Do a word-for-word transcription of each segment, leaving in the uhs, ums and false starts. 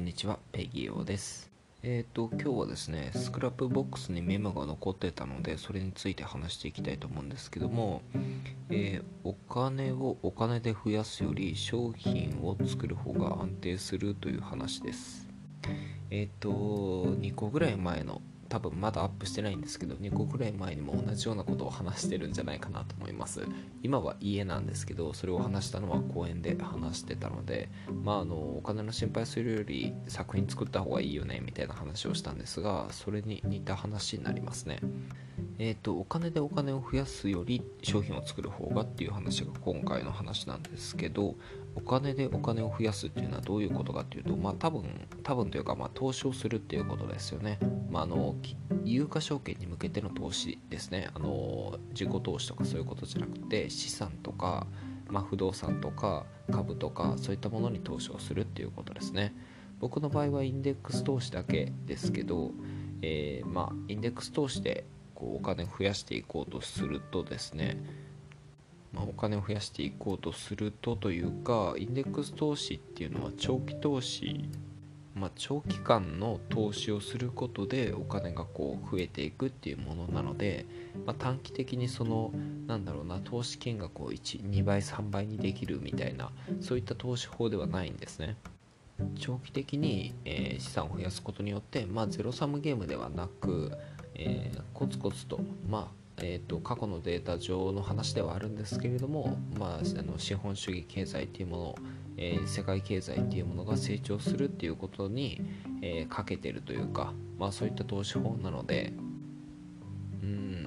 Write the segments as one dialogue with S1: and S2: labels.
S1: にちは、ペギオです。えっ、と、今日はですね、スクラップボックスにメモが残ってたので、それについて話していきたいと思うんですけども、えーお金をお金で増やすより商品を作る方が安定するという話です。えっ、と、にこぐらい前の、多分まだアップしてないんですけど、にこぐらい前にも同じようなことを話してるんじゃないかなと思います。今は家なんですけど、それを話したのは公園で話してたので、まあ、あのお金の心配するより作品作った方がいいよねみたいな話をしたんですが、それに似た話になりますね。えっ、とお金でお金を増やすより商品を作る方がっていう話が今回の話なんですけど、お金でお金を増やすっていうのはどういうことかっていうと、まあ多分多分というか、まあ投資をするっていうことですよね。まああの有価証券に向けての投資ですね。あの自己投資とかそういうことじゃなくて、資産とか、まあ、不動産とか株とかそういったものに投資をするっていうことですね。僕の場合はインデックス投資だけですけど、えーまあインデックス投資でこうお金を増やしていこうとするとですね、まあ、お金を増やしていこうとするとというか、インデックス投資っていうのは長期投資、まあ、長期間の投資をすることでお金がこう増えていくっていうものなので、まあ、短期的にそのなんだろうな投資金額をいち、にばいさんばいにできるみたいな、そういった投資法ではないんですね。長期的に、えー資産を増やすことによって、まあ、ゼロサムゲームではなく、えーコツコツと、まあえー、と過去のデータ上の話ではあるんですけれども、まあ、あの資本主義経済っていうもの、えー世界経済っていうものが成長するっていうことに、えーかけてるというか、まあ、そういった投資法なので、うん、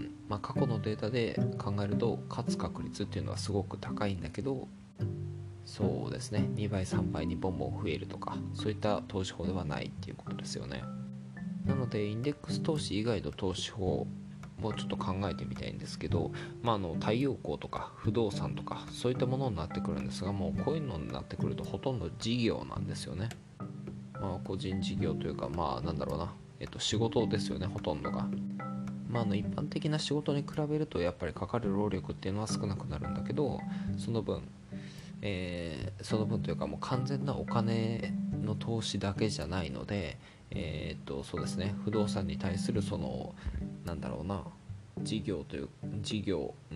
S1: まあ、過去のデータで考えると勝つ確率っていうのはすごく高いんだけど、そうですね、にばいさんばいにボンボン増えるとかそういった投資法ではないっていうことですよね。なのでインデックス投資以外の投資法もちょっと考えてみたいんですけど、まあ、あの太陽光とか不動産とかそういったものになってくるんですが、もうこういうのになってくるとほとんど事業なんですよね。まあ、個人事業というか、まあなんだろうな、えっと、仕事ですよね、ほとんどが。まあ、あの一般的な仕事に比べるとやっぱりかかる労力っていうのは少なくなるんだけど、その分えーその分というか、もう完全なお金の投資だけじゃないので、えーっとそうですね、不動産に対するそのなんだろうな事業という事業、うん、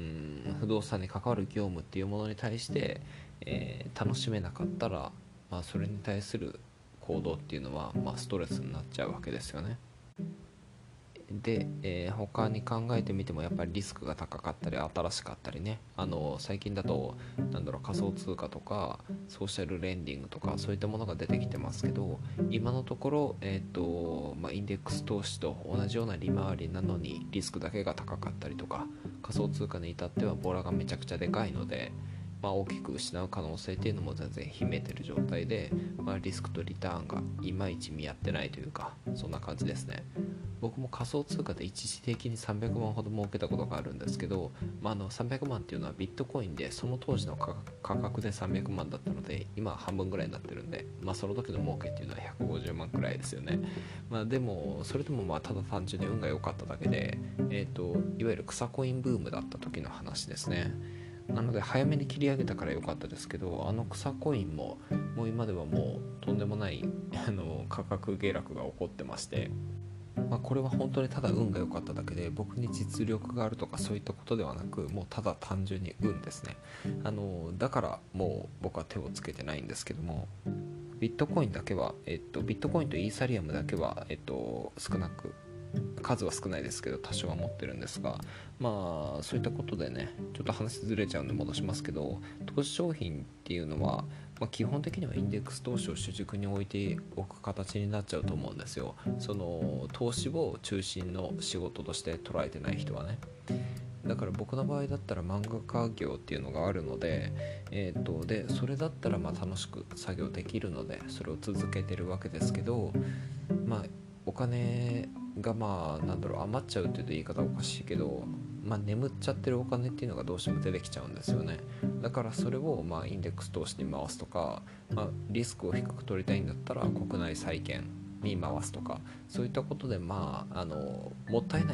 S1: 不動産に関わる業務っていうものに対して、えー楽しめなかったら、まあ、それに対する行動っていうのは、まあ、ストレスになっちゃうわけですよね。で、えー他に考えてみてもやっぱりリスクが高かったり新しかったりね、あの最近だとなんだろう仮想通貨とかソーシャルレンディングとかそういったものが出てきてますけど、今のところ、えーとまあ、インデックス投資と同じような利回りなのにリスクだけが高かったりとか、仮想通貨に至ってはボラがめちゃくちゃでかいので、まあ、大きく失う可能性っていうのも全然秘めてる状態で、まあ、リスクとリターンがいまいち見合ってないというか、そんな感じですね。僕も仮想通貨で一時的にさんびゃくまんほど儲けたことがあるんですけど、まあ、あのさんびゃくまんっていうのはビットコインでその当時の価格でさんびゃくまんだったので、今は半分ぐらいになってるんで、まあ、その時の儲けっていうのはひゃくごじゅうまんくらいですよね。まあ、でもそれでもまあただ単純に運が良かっただけで、えー、といわゆる草コインブームだった時の話ですね。なので早めに切り上げたから良かったですけど、あの草コインももう今ではもうとんでもないあの価格下落が起こってまして、まあ、これは本当にただ運が良かっただけで、僕に実力があるとかそういったことではなく、もうただ単純に運ですね。あのだからもう僕は手をつけてないんですけども、ビットコインだけは、えっと、ビットコインとイーサリアムだけは、えっと、少なく、数は少ないですけど多少は持ってるんですが、まあそういったことでね、ちょっと話ずれちゃうんで戻しますけど、投資商品っていうのは、まあ、基本的にはインデックス投資を主軸に置いておく形になっちゃうと思うんですよ。その投資を中心の仕事として捉えてない人はね。だから僕の場合だったら漫画家業っていうのがあるので、えー、とでそれだったらまあ楽しく作業できるのでそれを続けてるわけですけど、まあお金がまあなんだろう余っちゃうっていうと言い方おかしいけど、まあ、眠っちゃってるお金っていうのがどうしても出てきちゃうんですよね。だからそれをまあインデックス投資に回すとか、まあ、リスクを低く取りたいんだったら国内債券に回すとか、そういったことでまああのもったいないお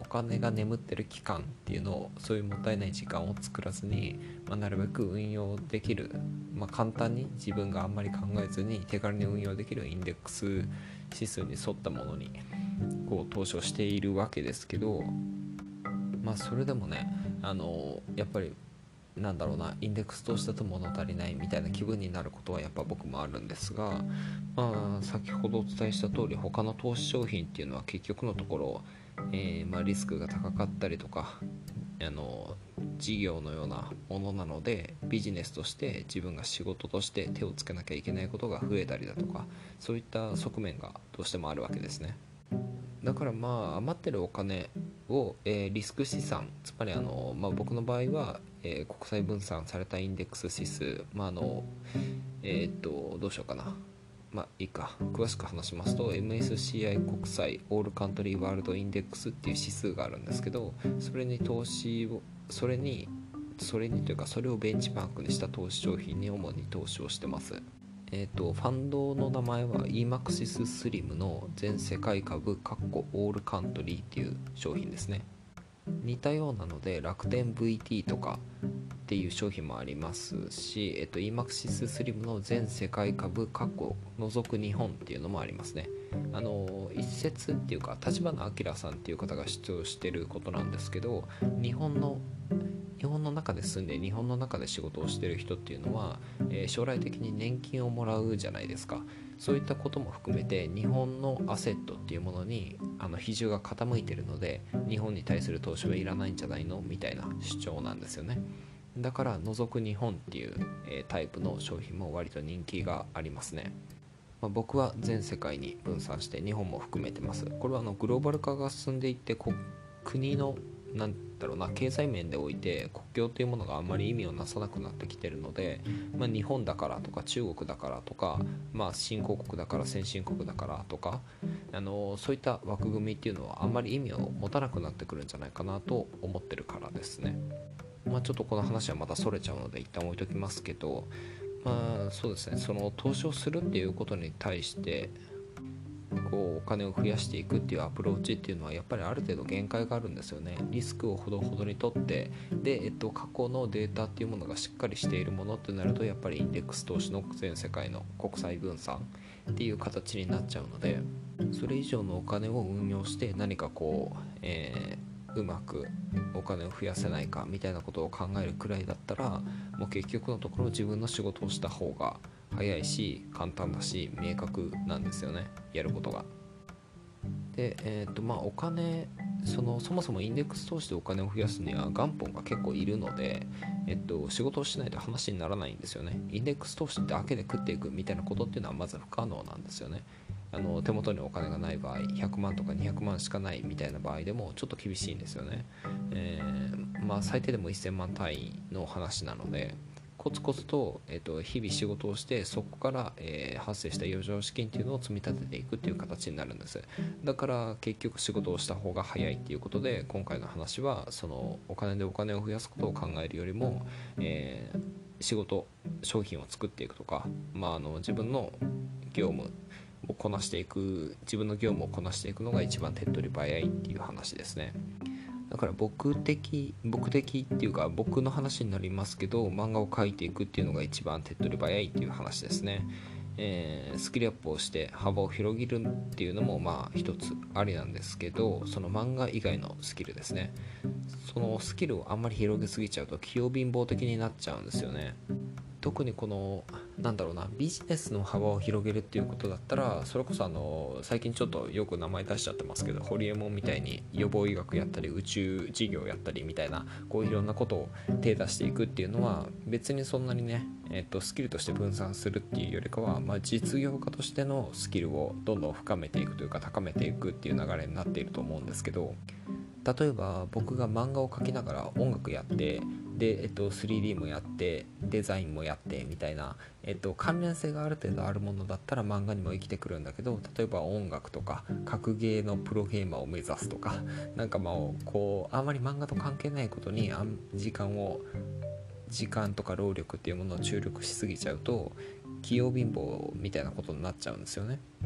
S1: 金が眠ってる期間っていうのを、そういうもったいない時間を作らずに、まあ、なるべく運用できる、まあ、簡単に自分があんまり考えずに手軽に運用できるインデックス指数に沿ったものにこう投資をしているわけですけど、まあそれでもね、あのやっぱりなんだろうな、インデックス投資だと物足りないみたいな気分になることはやっぱ僕もあるんですが、まあ先ほどお伝えした通り、他の投資商品っていうのは結局のところ、えーまあ、リスクが高かったりとか、あの事業のようなものなので、ビジネスとして自分が仕事として手をつけなきゃいけないことが増えたりだとか、そういった側面がどうしてもあるわけですね。だからまあ余ってるお金を、えーリスク資産、つまりあの、まあ、僕の場合は、えー国際分散されたインデックス指数、まああのえーっとどうしようかな、まあいいか、詳しく話しますと エムエスシーアイ 国際オールカントリーワールドインデックスっていう指数があるんですけど、それに投資をそれにそれにというかそれをベンチマークにした投資商品に主に投資をしてます。えーと、ファンドの名前は イーマクシス Slim の全世界株オールカントリーっていう商品ですね。似たようなので楽天 ブイティー とかっていう商品もありますし、えっと、イーマクシス Slim の全世界株除く日本っていうのもありますね。あの一説っていうか立花明さんっていう方が主張してることなんですけど、日本の日本の中で住んで日本の中で仕事をしている人っていうのは、えー将来的に年金をもらうじゃないですか。そういったことも含めて日本のアセットっていうものにあの比重が傾いているので、日本に対する投資はいらないんじゃないのみたいな主張なんですよね。だから除く日本っていう、えータイプの商品も割と人気がありますね。まあ、僕は全世界に分散して日本も含めてます。これはあのグローバル化が進んでいって、こ国のなんだろうな、経済面でおいて国境というものがあんまり意味をなさなくなってきているので、まあ、日本だからとか中国だからとか、まあ、新興国だから先進国だからとか、あのそういった枠組みっていうのはあんまり意味を持たなくなってくるんじゃないかなと思ってるからですね。まあ、ちょっとこの話はまたそれちゃうので一旦置いときますけど、まあそうですね、その投資をするっていうことに対してこうお金を増やしていくっていうアプローチっていうのはやっぱりある程度限界があるんですよね。リスクをほどほどにとってで、えっと、過去のデータっていうものがしっかりしているものってなると、やっぱりインデックス投資の全世界の国際分散っていう形になっちゃうので、それ以上のお金を運用して何かこう、えーうまくお金を増やせないかみたいなことを考えるくらいだったら、もう結局のところ自分の仕事をした方が早いし簡単だし明確なんですよね、やることが。で、えーとまあ、お金そのそもそもインデックス投資でお金を増やすには元本が結構いるので、えっと、仕事をしないと話にならないんですよね。インデックス投資だけで食っていくみたいなことっていうのはまず不可能なんですよね。あの手元にお金がない場合、ひゃくまんとかにひゃくまんしかないみたいな場合でもちょっと厳しいんですよね。えーまあ、最低でもせんまん単位の話なので、コツコツと、えー、と日々仕事をして、そこから、えー発生した余剰資金っていうのを積み立てていくっていう形になるんです。だから結局仕事をした方が早いっていうことで、今回の話はそのお金でお金を増やすことを考えるよりも、えー仕事商品を作っていくとか、まあ、あの自分の業務をこなしていく自分の業務をこなしていくのが一番手っ取り早いっていう話ですね。だから僕的僕的っていうか僕の話になりますけど、漫画を描いていくっていうのが一番手っ取り早いっていう話ですね。えースキルアップをして幅を広げるっていうのもまあ一つありなんですけど、その漫画以外のスキルですね。そのスキルをあんまり広げすぎちゃうと器用貧乏的になっちゃうんですよね。特にこのなんだろうな、ビジネスの幅を広げるっていうことだったら、それこそあの最近ちょっとよく名前出しちゃってますけど、ホリエモンみたいに予防医学やったり宇宙事業やったりみたいな、こういろんなことを手出していくっていうのは別にそんなにね、えっと、スキルとして分散するっていうよりかは、まあ、実業家としてのスキルをどんどん深めていくというか高めていくっていう流れになっていると思うんですけど、例えば僕が漫画を描きながら音楽やってで、えっと、スリーディー もやってデザインもやってみたいな、えっと、関連性がある程度あるものだったら漫画にも生きてくるんだけど、例えば音楽とか格ゲーのプロゲーマーを目指すとか、なんかまあこうあんまり漫画と関係ないことにあん時間を時間とか労力っていうものを注力しすぎちゃうと器用貧乏みたいなことになっちゃうんですよね。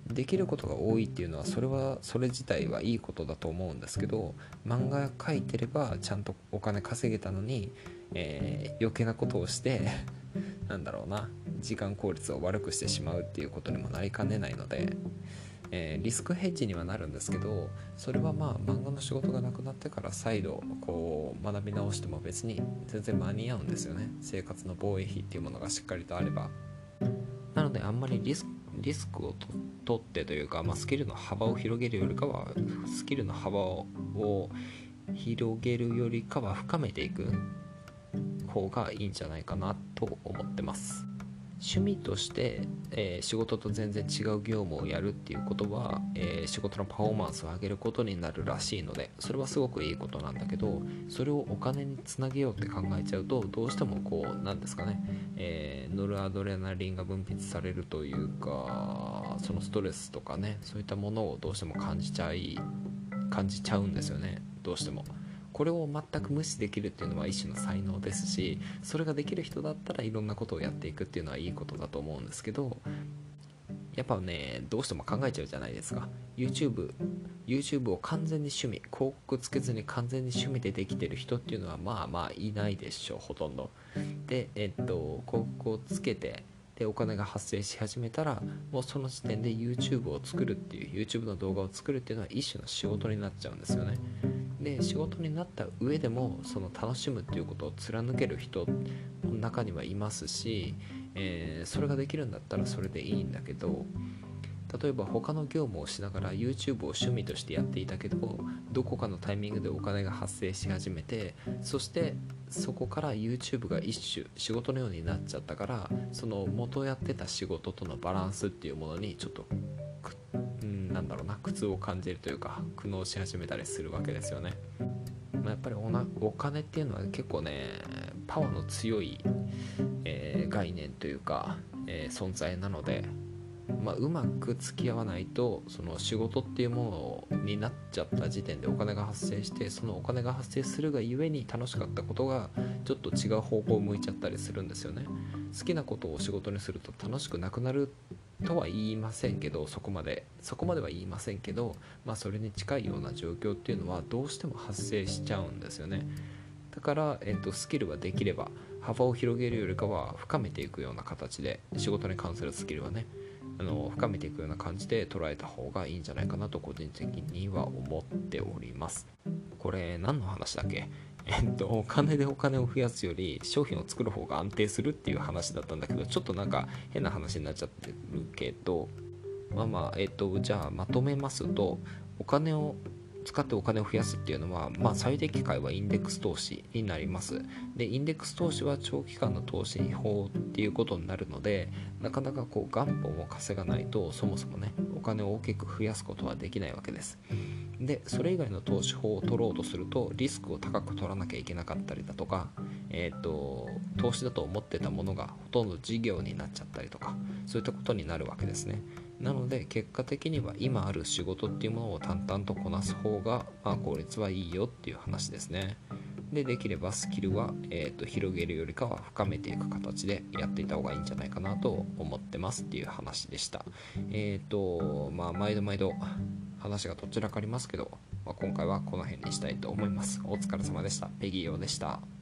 S1: できることが多いっていうのはそれはそれ自体はいいことだと思うんですけど、漫画描いてればちゃんとお金稼げたのに、えー余計なことをしてなんだろうな、時間効率を悪くしてしまうっていうことにもなりかねないので、えーリスクヘッジにはなるんですけど、それはまあ漫画の仕事がなくなってから再度こう学び直しても別に全然間に合うんですよね。生活の防衛費っていうものがしっかりとあれば。なのであんまりリスクリスクをと取ってというか、まあ、スキルの幅を広げるよりかはスキルの幅を広げるよりかは深めていく方がいいんじゃないかなと思ってます。趣味として、えー仕事と全然違う業務をやるっていうことは、えー仕事のパフォーマンスを上げることになるらしいので、それはすごくいいことなんだけど、それをお金につなげようって考えちゃうと、どうしてもこうなんですかね、えーノルアドレナリンが分泌されるというか、そのストレスとかね、そういったものをどうしても感じちゃい感じちゃうんですよね、どうしても。これを全く無視できるっていうのは一種の才能ですし、それができる人だったらいろんなことをやっていくっていうのはいいことだと思うんですけど、やっぱね、どうしても考えちゃうじゃないですか。 YouTube YouTube を完全に趣味、広告つけずに完全に趣味でできてる人っていうのはまあまあいないでしょう、ほとんど。で、えっと広告をつけて、でお金が発生し始めたら、もうその時点で YouTube を作るっていう YouTube の動画を作るっていうのは一種の仕事になっちゃうんですよね。で仕事になった上でもその楽しむっていうことを貫ける人の中にはいますし、えーそれができるんだったらそれでいいんだけど、例えば他の業務をしながら YouTube を趣味としてやっていたけど、どこかのタイミングでお金が発生し始めて、そしてそこから YouTube が一種仕事のようになっちゃったから、その元やってた仕事とのバランスっていうものにちょっとくうんなんだろうな苦痛を感じるというか、苦悩し始めたりするわけですよね。まあやっぱりおなお金っていうのは結構ね、パワーの強い、えー概念というか、えー存在なので、まあ、うまく付き合わないと、その仕事っていうものになっちゃった時点でお金が発生して、そのお金が発生するがゆえに楽しかったことがちょっと違う方向を向いちゃったりするんですよね。好きなことを仕事にすると楽しくなくなるとは言いませんけど、そこまでそこまでは言いませんけど、まあ、それに近いような状況っていうのはどうしても発生しちゃうんですよね。だから、えっと、スキルはできれば幅を広げるよりかは深めていくような形で、仕事に関するスキルはね、あの深めていくような感じで捉えた方がいいんじゃないかなと個人的には思っております。これ何の話だっけ？えっとお金でお金を増やすより商品を作る方が安定するっていう話だったんだけど、ちょっとなんか変な話になっちゃってるけど、まあまあえっとじゃあまとめますと、お金を使ってお金を増やすっていうのは、まあ、最適解はインデックス投資になります。でインデックス投資は長期間の投資法っていうことになるので、なかなかこう元本を稼がないとそもそもねお金を大きく増やすことはできないわけです。でそれ以外の投資法を取ろうとするとリスクを高く取らなきゃいけなかったりだとか、えー、と投資だと思ってたものがほとんど事業になっちゃったりとか、そういったことになるわけですね。なので結果的には今ある仕事っていうものを淡々とこなす方が、まあ、効率はいいよっていう話ですね。でできればスキルは、えー、と広げるよりかは深めていく形でやっていた方がいいんじゃないかなと思ってますっていう話でした。えっ、とまあ毎度毎度話がどちらかありますけど、まあ、今回はこの辺にしたいと思います。お疲れ様でした。ペギーヨでした。